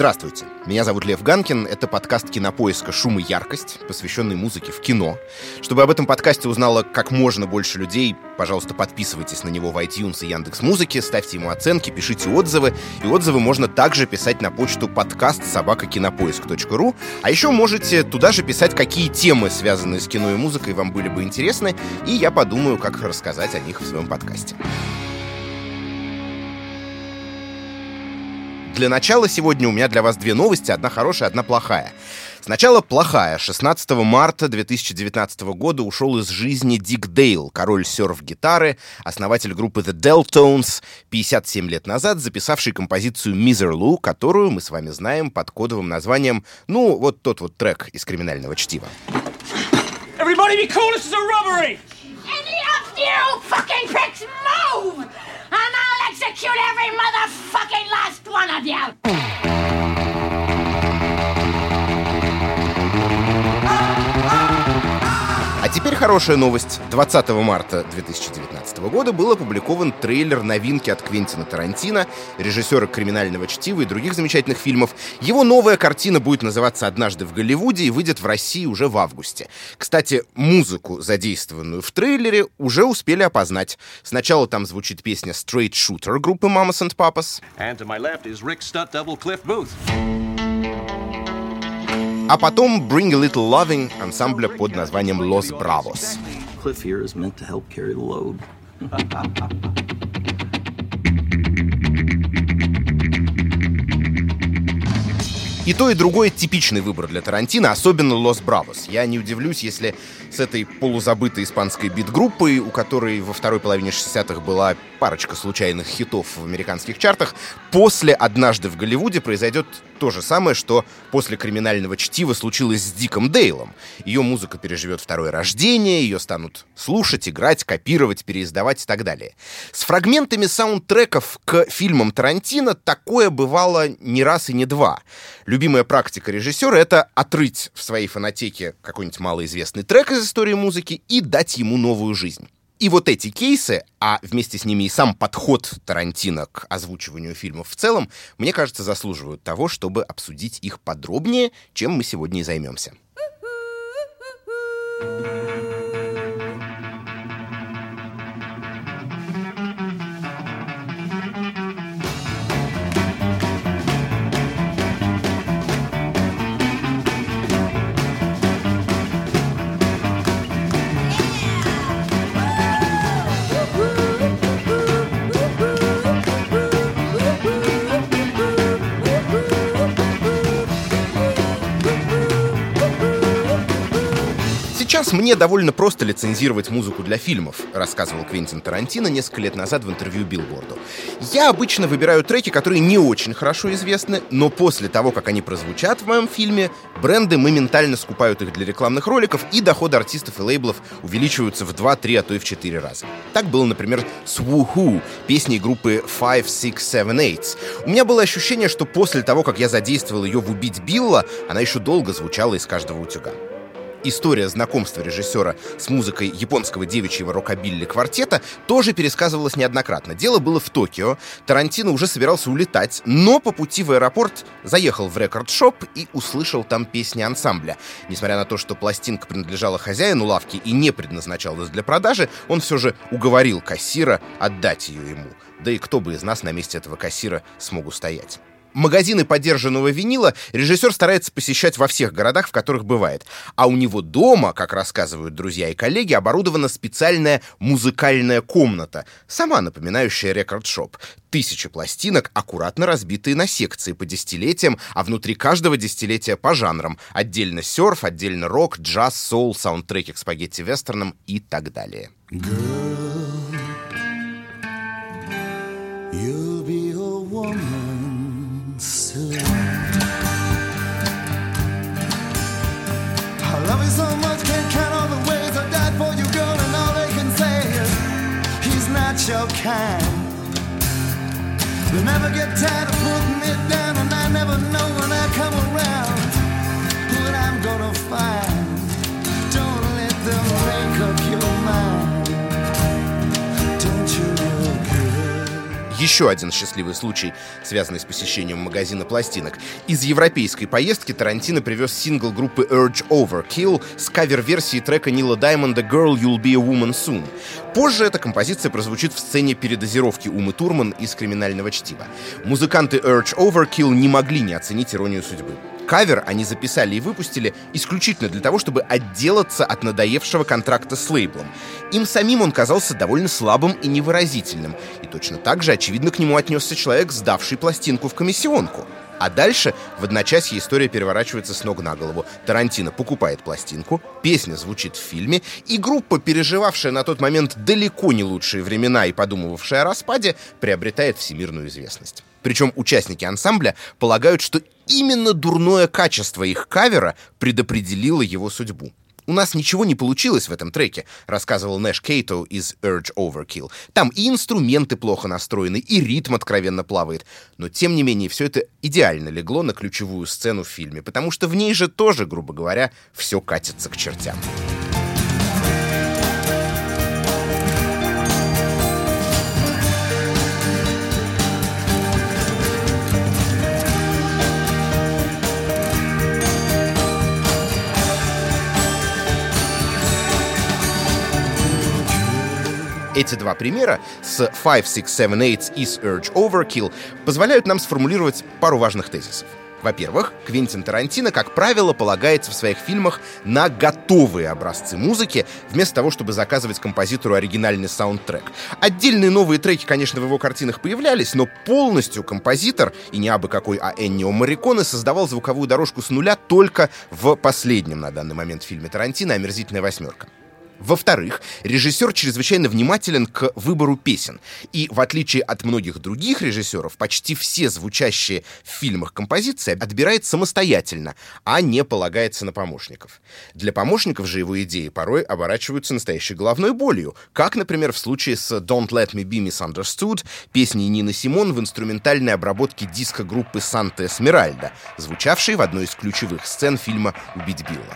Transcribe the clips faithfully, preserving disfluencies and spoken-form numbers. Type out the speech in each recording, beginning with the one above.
Здравствуйте, меня зовут Лев Ганкин, это подкаст «Кинопоиска. Шум и яркость», посвященный музыке в кино. Чтобы об этом подкасте узнало как можно больше людей, пожалуйста, подписывайтесь на него в iTunes и Яндекс.Музыке, ставьте ему оценки, пишите отзывы. И отзывы можно также писать на почту подкаст собака кинопоиск точка ру. А еще можете туда же писать, какие темы, связанные с кино и музыкой, вам были бы интересны, и я подумаю, как рассказать о них в своем подкасте. Для начала сегодня у меня для вас две новости, одна хорошая, одна плохая. Сначала плохая. шестнадцатого марта две тысячи девятнадцатого года ушел из жизни Дик Дейл, король серф-гитары, основатель группы The Deltones, пятьдесят семь лет назад записавший композицию «Miserlou», которую мы с вами знаем под кодовым названием, ну, вот тот вот трек из «Криминального чтива». Everybody be cool, this is a robbery! Any of you fucking pricks move! And I'll execute every motherfucking last one of you! А теперь хорошая новость. двадцатого марта две тысячи девятнадцатого года был опубликован трейлер новинки от Квентина Тарантино, режиссера «Криминального чтива» и других замечательных фильмов. Его новая картина будет называться «Однажды в Голливуде» и выйдет в России уже в августе. Кстати, музыку, задействованную в трейлере, уже успели опознать. Сначала там звучит песня «Straight Shooter» группы Mamas and Papas. And to my left is Rick Stutt Double Cliff Booth. А потом «Bring a Little Loving» ансамбля под названием «Los Bravos». Cliff here is meant to help carry the load. И то, и другое типичный выбор для Тарантино, особенно «Los Bravos». Я не удивлюсь, если с этой полузабытой испанской бит-группой, у которой во второй половине шестидесятых была парочка случайных хитов в американских чартах, после «Однажды в Голливуде» произойдет то же самое, что после «Криминального чтива» случилось с Диком Дейлом. Ее музыка переживет второе рождение, ее станут слушать, играть, копировать, переиздавать и так далее. С фрагментами саундтреков к фильмам Тарантино такое бывало не раз и не два. Любимая практика режиссера — это отрыть в своей фонотеке какой-нибудь малоизвестный трек из истории музыки и дать ему новую жизнь. И вот эти кейсы, а вместе с ними и сам подход Тарантино к озвучиванию фильмов в целом, мне кажется, заслуживают того, чтобы обсудить их подробнее, чем мы сегодня и займемся. Сейчас мне довольно просто лицензировать музыку для фильмов, рассказывал Квентин Тарантино несколько лет назад в интервью Billboard. Я обычно выбираю треки, которые не очень хорошо известны, но после того, как они прозвучат в моем фильме, бренды моментально скупают их для рекламных роликов, и доходы артистов и лейблов увеличиваются в два, три, а то и в четыре раза. Так было, например, с Woohoo, песней группы Five, Six, Seven, Eight. У меня было ощущение, что после того, как я задействовал ее в «Убить Билла», она еще долго звучала из каждого утюга. История знакомства режиссера с музыкой японского девичьего рокобилли квартета тоже пересказывалась неоднократно. Дело было в Токио. Тарантино уже собирался улетать, но по пути в аэропорт заехал в рекорд-шоп и услышал там песни ансамбля. Несмотря на то, что пластинка принадлежала хозяину лавки и не предназначалась для продажи, он все же уговорил кассира отдать ее ему. Да и кто бы из нас на месте этого кассира смог устоять. Магазины подержанного винила режиссер старается посещать во всех городах, в которых бывает. А у него дома, как рассказывают друзья и коллеги, оборудована специальная музыкальная комната, сама напоминающая рекорд-шоп. Тысячи пластинок, аккуратно разбитые на секции по десятилетиям, а внутри каждого десятилетия по жанрам. Отдельно серф, отдельно рок, джаз, соул, саундтреки к спагетти-вестернам и так далее. Soon. I love you so much, can't count all the ways I died for you, girl, and all they can say is he's not your kind. They never get tired of putting it down, and I never know when I come around what I'm gonna find. Don't let them make up your mind. Don't you know, girl? Еще один счастливый случай, связанный с посещением магазина пластинок. Из европейской поездки Тарантино привез сингл группы Urge Overkill с кавер-версией трека Нила Даймонда «Girl, You'll Be a Woman Soon». Позже эта композиция прозвучит в сцене передозировки Умы Турман из «Криминального чтива». Музыканты Urge Overkill не могли не оценить иронию судьбы. Кавер они записали и выпустили исключительно для того, чтобы отделаться от надоевшего контракта с лейблом. Им самим он казался довольно слабым и невыразительным. И точно так же, очевидно, к нему отнесся человек, сдавший пластинку в комиссионку. А дальше в одночасье история переворачивается с ног на голову. Тарантино покупает пластинку, песня звучит в фильме, и группа, переживавшая на тот момент далеко не лучшие времена и подумывавшая о распаде, приобретает всемирную известность. Причем участники ансамбля полагают, что именно дурное качество их кавера предопределило его судьбу. «У нас ничего не получилось в этом треке», — рассказывал Нэш Кейто из Urge Overkill. «Там и инструменты плохо настроены, и ритм откровенно плавает. Но, тем не менее, все это идеально легло на ключевую сцену в фильме, потому что в ней же тоже, грубо говоря, все катится к чертям». Эти два примера с five, six, seven, eight и с Urge Overkill позволяют нам сформулировать пару важных тезисов. Во-первых, Квентин Тарантино, как правило, полагается в своих фильмах на готовые образцы музыки, вместо того, чтобы заказывать композитору оригинальный саундтрек. Отдельные новые треки, конечно, в его картинах появлялись, но полностью композитор, и не абы какой, а Эннио Морриконе, создавал звуковую дорожку с нуля только в последнем на данный момент фильме Тарантино «Омерзительная восьмерка». Во-вторых, режиссер чрезвычайно внимателен к выбору песен. И, в отличие от многих других режиссеров, почти все звучащие в фильмах композиции отбирает самостоятельно, а не полагается на помощников. Для помощников же его идеи порой оборачиваются настоящей головной болью, как, например, в случае с «Don't Let Me Be Misunderstood», песней Нины Симон в инструментальной обработке диско-группы «Санта Эсмеральда», звучавшей в одной из ключевых сцен фильма «Убить Билла».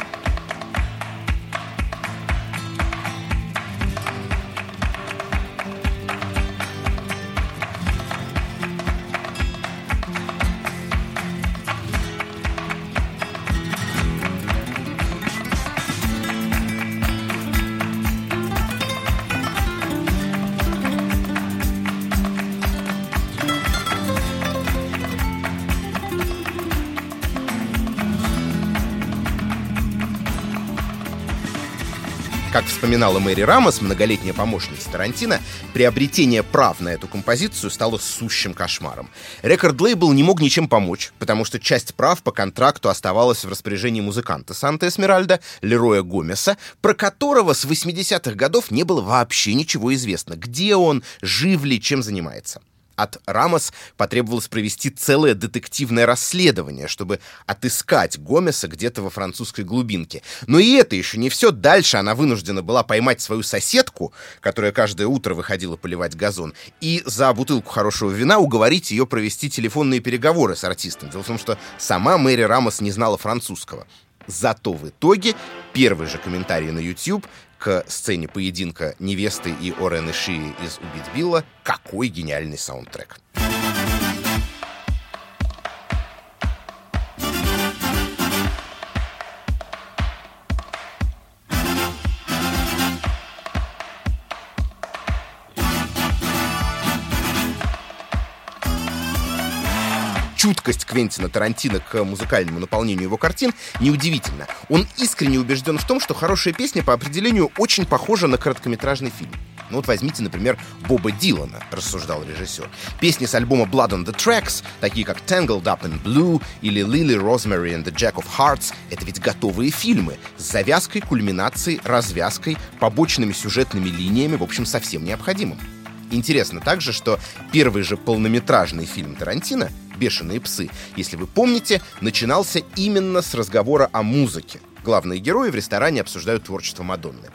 Как вспоминала Мэри Рамос, многолетняя помощница Тарантино, приобретение прав на эту композицию стало сущим кошмаром. Рекорд-лейбл не мог ничем помочь, потому что часть прав по контракту оставалась в распоряжении музыканта Санта Эсмеральда, Лероя Гомеса, про которого с восьмидесятых годов не было вообще ничего известно. Где он, жив ли, чем занимается. От Рамос потребовалось провести целое детективное расследование, чтобы отыскать Гомеса где-то во французской глубинке. Но и это еще не все. Дальше она вынуждена была поймать свою соседку, которая каждое утро выходила поливать газон, и за бутылку хорошего вина уговорить ее провести телефонные переговоры с артистом. Дело в том, что сама Мэри Рамос не знала французского. Зато в итоге первый же комментарий на YouTube к сцене поединка невесты и Орен Ишии из «Убить Билла» — какой гениальный саундтрек. Чуткость Квентина Тарантино к музыкальному наполнению его картин неудивительна. Он искренне убежден в том, что хорошая песня по определению очень похожа на короткометражный фильм. Ну вот возьмите, например, Боба Дилана, рассуждал режиссер. Песни с альбома Blood on the Tracks, такие как Tangled Up in Blue или Lily, Rosemary and the Jack of Hearts, это ведь готовые фильмы с завязкой, кульминацией, развязкой, побочными сюжетными линиями, в общем, совсем необходимым. Интересно также, что первый же полнометражный фильм Тарантино «Бешеные псы», если вы помните, начинался именно с разговора о музыке. Главные герои в ресторане обсуждают творчество Мадонны.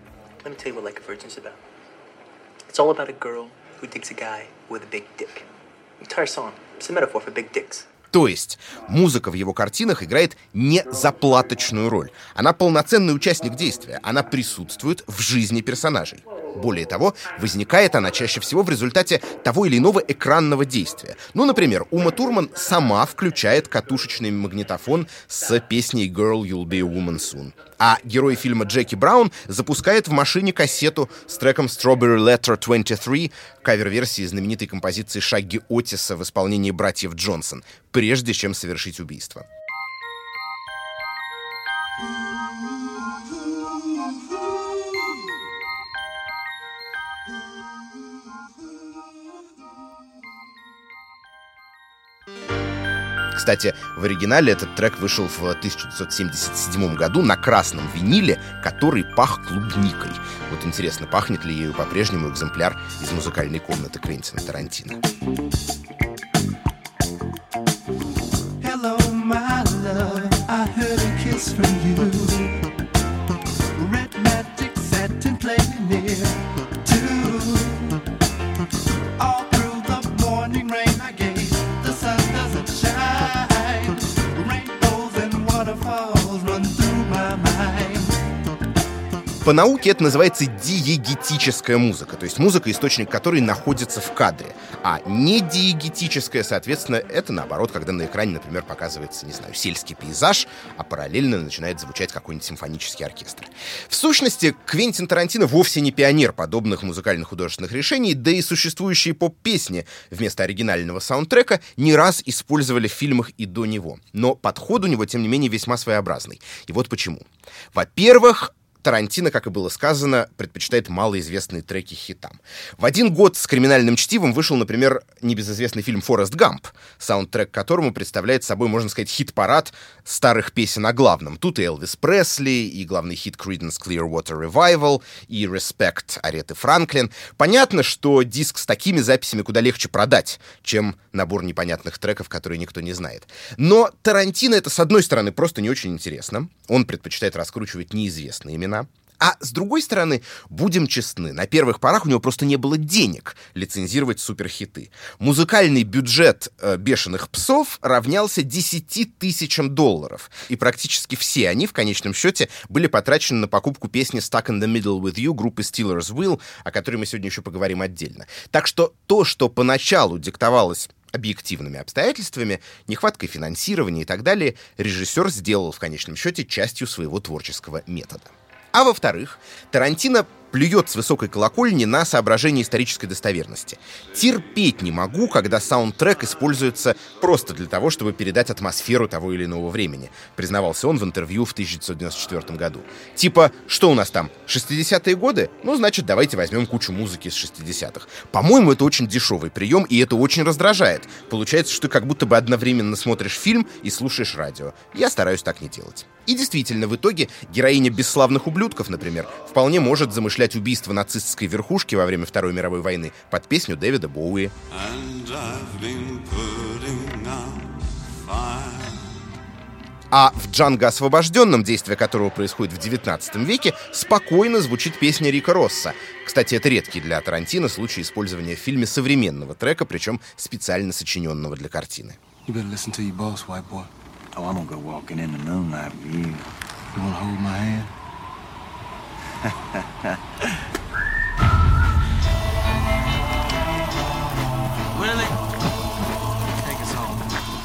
То есть музыка в его картинах играет не заплаточную роль. Она полноценный участник действия, она присутствует в жизни персонажей. Более того, возникает она чаще всего в результате того или иного экранного действия. Ну, например, Ума Турман сама включает катушечный магнитофон с песней «Girl, you'll be a woman soon». А герой фильма Джеки Браун запускает в машине кассету с треком «Strawberry Letter двадцать три», кавер-версии знаменитой композиции Шагги Отиса в исполнении братьев Джонсон, прежде чем совершить убийство. Кстати, в оригинале этот трек вышел в тысяча девятьсот семьдесят седьмом году на красном виниле, который пах клубникой. Вот интересно, пахнет ли ею по-прежнему экземпляр из музыкальной комнаты Квентина Тарантино. Hello, my love, I heard a kiss from you. Red magic satin playing near too. All through the morning rain I gave, the sun doesn't shine. Rainbows and waterfalls run through my mind. По науке это называется диегетическая музыка, то есть музыка, источник которой находится в кадре. А не диегетическая, соответственно, это наоборот, когда на экране, например, показывается, не знаю, сельский пейзаж, а параллельно начинает звучать какой-нибудь симфонический оркестр. В сущности, Квентин Тарантино вовсе не пионер подобных музыкальных художественных решений, да и существующие поп-песни вместо оригинального саундтрека не раз использовали в фильмах и до него. Но подход у него, тем не менее, весьма своеобразный. И вот почему. Во-первых, Тарантино, как и было сказано, предпочитает малоизвестные треки хитам. В один год с «Криминальным чтивом» вышел, например, небезызвестный фильм «Форест Гамп», саундтрек к которому представляет собой, можно сказать, хит-парад старых песен о главном. Тут и Элвис Пресли, и главный хит Creedence Clearwater Revival, и Respect Ареты Франклин. Понятно, что диск с такими записями куда легче продать, чем набор непонятных треков, которые никто не знает. Но Тарантино это, с одной стороны, просто не очень интересно. Он предпочитает раскручивать неизвестные имена. А с другой стороны, будем честны, на первых порах у него просто не было денег лицензировать суперхиты. Музыкальный бюджет э, «Бешеных псов» равнялся десяти тысячам долларов. И практически все они, в конечном счете, были потрачены на покупку песни «Stuck in the Middle with You» группы Steelers Wheel, о которой мы сегодня еще поговорим отдельно. Так что то, что поначалу диктовалось объективными обстоятельствами, нехваткой финансирования и так далее, режиссер сделал в конечном счете частью своего творческого метода. А во-вторых, Тарантино плюет с высокой колокольни на соображение исторической достоверности. Терпеть не могу, когда саундтрек используется просто для того, чтобы передать атмосферу того или иного времени, признавался он в интервью в тысяча девятьсот девяносто четвёртом году. Типа, что у нас там, шестидесятые годы? Ну, значит, давайте возьмем кучу музыки из шестидесятых. По-моему, это очень дешевый прием, и это очень раздражает. Получается, что ты как будто бы одновременно смотришь фильм и слушаешь радио. Я стараюсь так не делать. И действительно, в итоге героиня «Бесславных ублюдков», например, вполне может замышлять убийство нацистской верхушки во время Второй мировой войны под песню Дэвида Боуи. А в «Джанго освобожденном», действие которого происходит в девятнадцатом веке, спокойно звучит песня Рика Росса. Кстати, это редкий для Тарантино случай использования в фильме современного трека, причем специально сочиненного для картины. Oh, I'm gonna go walking in the moonlight with you. You wanna hold my hand? Willie, take us home.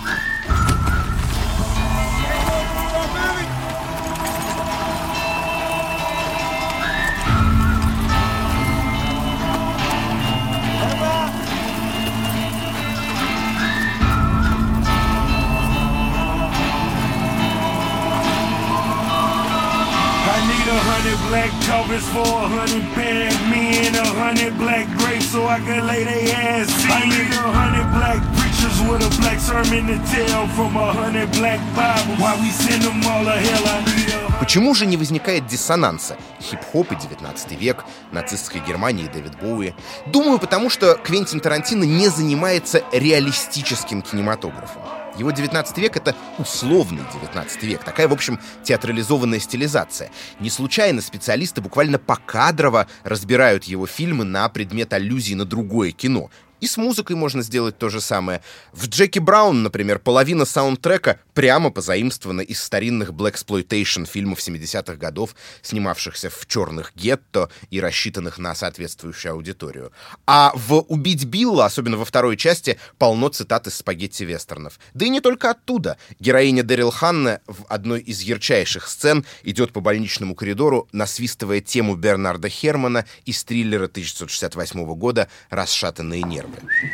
A hundred black covers for a hundred bad men, a hundred black grapes so I can lay they ass in. I need a hundred black preachers with a black sermon to tell from a hundred black Bibles. Why we send them all to hell, I need a... Почему же не возникает диссонанса? Хип-хоп и девятнадцатый век, нацистская Германия и Дэвид Боуи. Думаю, потому что Квентин Тарантино не занимается реалистическим кинематографом. Его девятнадцатый век — это условный девятнадцатый век. Такая, в общем, театрализованная стилизация. Не случайно специалисты буквально покадрово разбирают его фильмы на предмет аллюзий на другое кино. И с музыкой можно сделать то же самое. В «Джеки Браун», например, половина саундтрека прямо позаимствована из старинных блэксплойтейшн фильмов семидесятых годов, снимавшихся в черных гетто и рассчитанных на соответствующую аудиторию. А в «Убить Билла», особенно во второй части, полно цитат из спагетти-вестернов. Да и не только оттуда. Героиня Дэрил Ханна в одной из ярчайших сцен идет по больничному коридору, насвистывая тему Бернарда Хермана из триллера тысяча девятьсот шестьдесят восьмого года «Расшатанные нервы».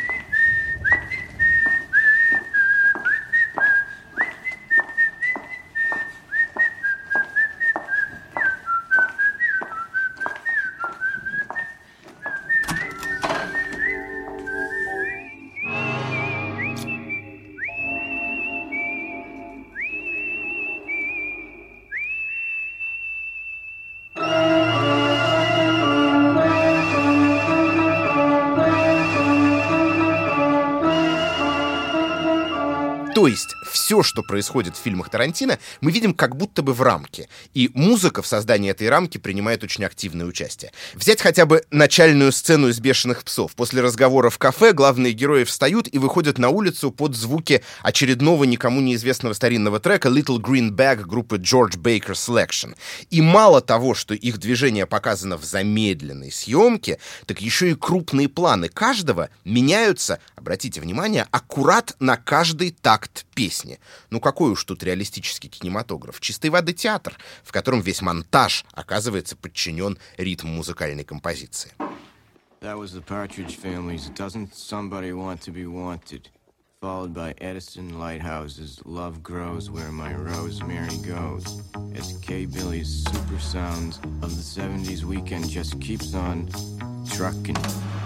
То есть все, что происходит в фильмах Тарантино, мы видим как будто бы в рамке. И музыка в создании этой рамки принимает очень активное участие. Взять хотя бы начальную сцену из «Бешеных псов». После разговора в кафе главные герои встают и выходят на улицу под звуки очередного никому неизвестного старинного трека «Little Green Bag» группы George Baker Selection. И мало того, что их движение показано в замедленной съемке, так еще и крупные планы каждого меняются, обратите внимание, аккурат на каждый такт песни. Ну какой уж тут реалистический кинематограф. Чистой воды театр, в котором весь монтаж оказывается подчинен ритму музыкальной композиции. That was the Partridge Family's Doesn't Somebody Want to Be Wanted, followed by Edison Lighthouse's Love Grows Where My Rosemary Goes, as K. Billy's super sounds of the seventies weekend just keeps on trucking.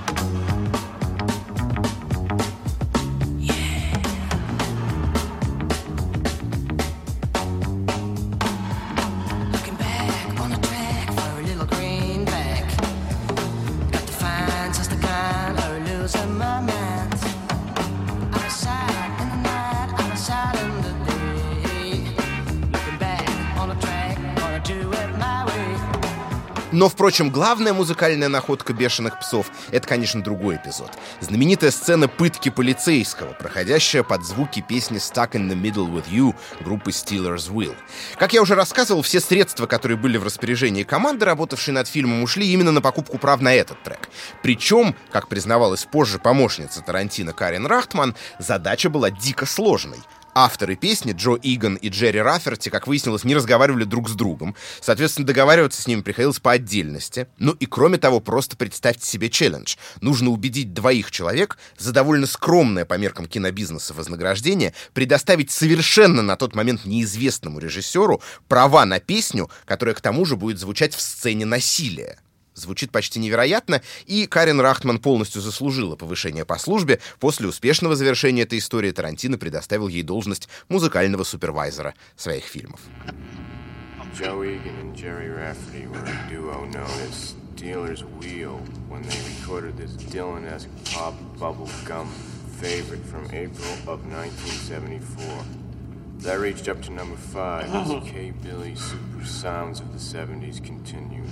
Но, впрочем, главная музыкальная находка «Бешеных псов» — это, конечно, другой эпизод. Знаменитая сцена пытки полицейского, проходящая под звуки песни «Stuck in the Middle with You» группы Steelers Will. Как я уже рассказывал, все средства, которые были в распоряжении команды, работавшей над фильмом, ушли именно на покупку прав на этот трек. Причем, как признавалась позже помощница Тарантино Карен Рахтман, задача была дико сложной. Авторы песни, Джо Иган и Джерри Рафферти, как выяснилось, не разговаривали друг с другом. Соответственно, договариваться с ними приходилось по отдельности. Ну и кроме того, просто представьте себе челлендж. Нужно убедить двоих человек за довольно скромное по меркам кинобизнеса вознаграждение предоставить совершенно на тот момент неизвестному режиссеру права на песню, которая к тому же будет звучать в сцене насилия. Звучит почти невероятно, и Карен Рахтман полностью заслужила повышение по службе. После успешного завершения этой истории Тарантино предоставил ей должность музыкального супервайзера своих фильмов. Joe Egan and Jerry Rafferty were a duo known as Steelers Wheel when they recorded this Dylan-esque pop bubblegum favorite from April of nineteen seventy-four. That reached up to number five as K. Billy's super sounds of the seventies continues.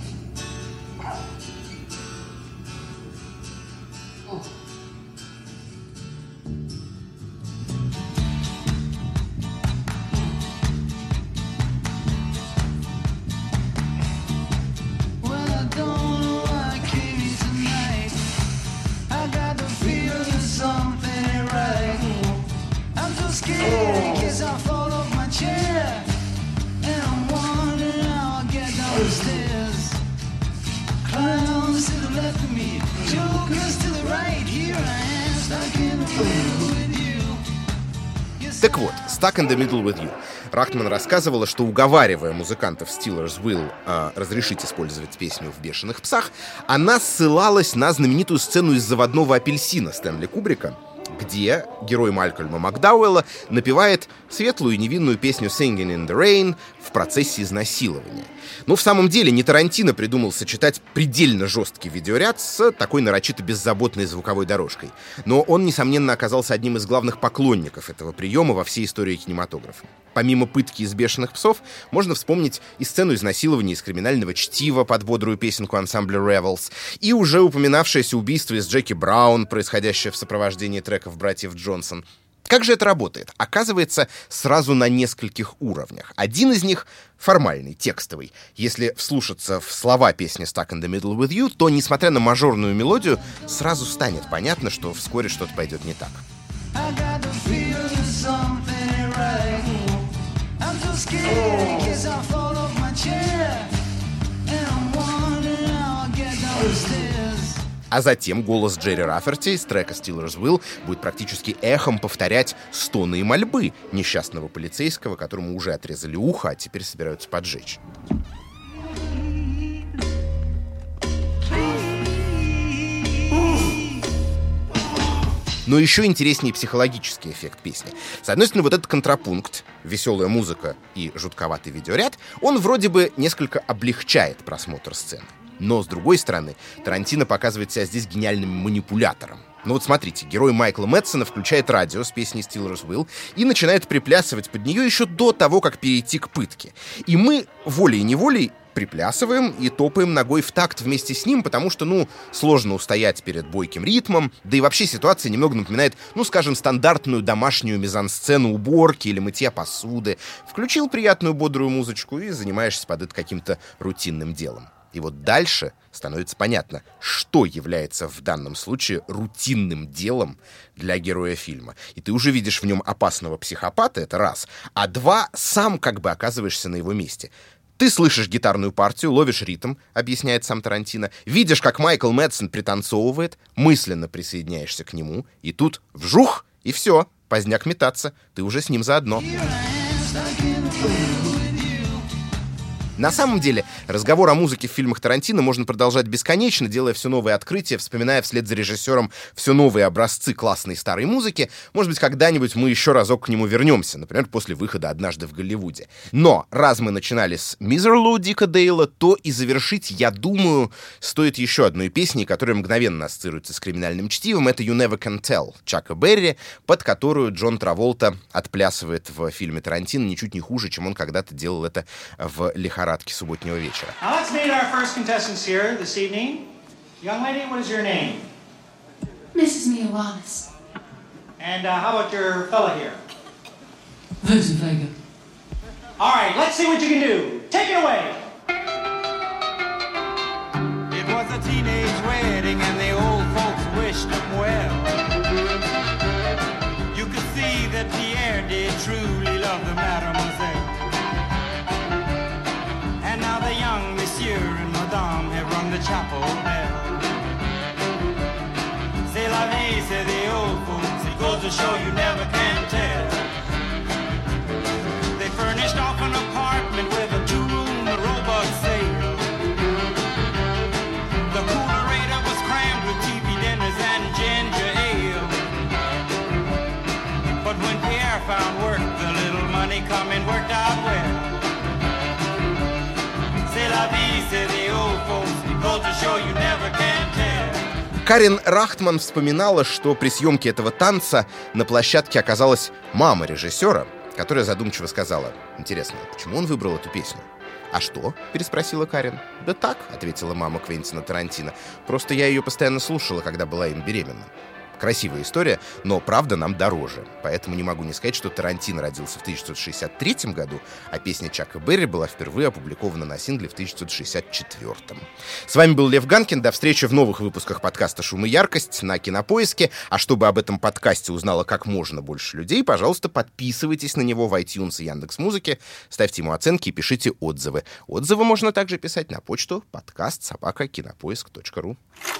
Oh. Well, I don't know why I came here tonight. I got the feeling something ain't right. I'm so scared in case I fall off my chair, and I'm wondering how I'll get down the stairs. Clowns to the left of me, jokers to the right. Here I am, stuck in the middle with you. Так вот, «Stuck in the Middle with You». Рахтман рассказывала, что, уговаривая музыкантов Steelers Will э, разрешить использовать песню в «Бешеных псах», она ссылалась на знаменитую сцену из «Заводного апельсина» Стэнли Кубрика, где герой Малькольма Макдауэлла напевает светлую и невинную песню «Singing in the Rain» в процессе изнасилования. Ну, в самом деле, не Тарантино придумал сочетать предельно жесткий видеоряд с такой нарочито беззаботной звуковой дорожкой. Но он, несомненно, оказался одним из главных поклонников этого приема во всей истории кинематографа. Помимо пытки из «Бешеных псов», можно вспомнить и сцену изнасилования из «Криминального чтива» под бодрую песенку ансамбля Revels, и уже упоминавшееся убийство из Джеки Браун, происходящее в сопровождении треков братьев Джонсон. Как же это работает? Оказывается, сразу на нескольких уровнях. Один из них — формальный, текстовый. Если вслушаться в слова песни «Stuck in the Middle with You», то, несмотря на мажорную мелодию, сразу станет понятно, что вскоре что-то пойдет не так. А затем голос Джерри Раферти из трека «Stealers Will» будет практически эхом повторять стоны и мольбы несчастного полицейского, которому уже отрезали ухо, а теперь собираются поджечь. Но еще интереснее психологический эффект песни. С одной стороны, вот этот контрапункт, веселая музыка и жутковатый видеоряд, он вроде бы несколько облегчает просмотр сцены. Но, с другой стороны, Тарантино показывает себя здесь гениальным манипулятором. Ну вот смотрите, герой Майкла Мэдсена включает радио с песней «Stealers Will» и начинает приплясывать под нее еще до того, как перейти к пытке. И мы волей-неволей приплясываем и топаем ногой в такт вместе с ним, потому что, ну, сложно устоять перед бойким ритмом, да и вообще ситуация немного напоминает, ну, скажем, стандартную домашнюю мизансцену уборки или мытья посуды. Включил приятную бодрую музычку и занимаешься под это каким-то рутинным делом. И вот дальше становится понятно, что является в данном случае рутинным делом для героя фильма. И ты уже видишь в нем опасного психопата, это раз, а два, сам как бы оказываешься на его месте. Ты слышишь гитарную партию, ловишь ритм, объясняет сам Тарантино, видишь, как Майкл Мэдсен пританцовывает, мысленно присоединяешься к нему, и тут вжух, и все, поздняк метаться, ты уже с ним заодно. На самом деле, разговор о музыке в фильмах Тарантино можно продолжать бесконечно, делая все новые открытия, вспоминая вслед за режиссером все новые образцы классной старой музыки. Может быть, когда-нибудь мы еще разок к нему вернемся, например, после выхода «Однажды в Голливуде». Но раз мы начинали с «Мизерлоу» Дика Дейла, то и завершить, я думаю, стоит еще одной песней, которая мгновенно ассоциируется с «Криминальным чтивом». Это «You Never Can Tell» Чака Берри, под которую Джон Траволта отплясывает в фильме Тарантино ничуть не хуже, чем он когда-то делал это в «Лихорадке субботнего вечера». Now let's meet our first contestants here this evening. Young lady, what is your name? Missus Mia Wallace. And uh, how about your fella here? Versa Vega. All right, let's see what you can do. Take it away. It was a teenage wedding and the old folks wished them well. You could see that Pierre did truly love the mademoiselle. And now the young monsieur and madame have rung the chapel bell. C'est la vie, say the old folks, it goes to show you never can tell. They furnished off an apartment with a two-room robot sale. The coolerator was crammed with T V dinners and ginger ale. But when Pierre found work, the little money coming worked out well. Карен Рахтман вспоминала, что при съемке этого танца на площадке оказалась мама режиссера, которая задумчиво сказала: «Интересно, почему он выбрал эту песню?» «А что?» — переспросила Карен. «Да так», — ответила мама Квентина Тарантино. «Просто я ее постоянно слушала, когда была им беременна». Красивая история, но правда нам дороже. Поэтому не могу не сказать, что Тарантино родился в тысяча девятьсот шестьдесят третьем году, а песня Чака Берри была впервые опубликована на сингле в тысяча девятьсот шестьдесят четвёртом. С вами был Лев Ганкин. До встречи в новых выпусках подкаста «Шум и яркость» на Кинопоиске. А чтобы об этом подкасте узнало как можно больше людей, пожалуйста, подписывайтесь на него в iTunes и Яндекс.Музыке, ставьте ему оценки и пишите отзывы. Отзывы можно также писать на почту подкаст собака кинопоиск точка ру.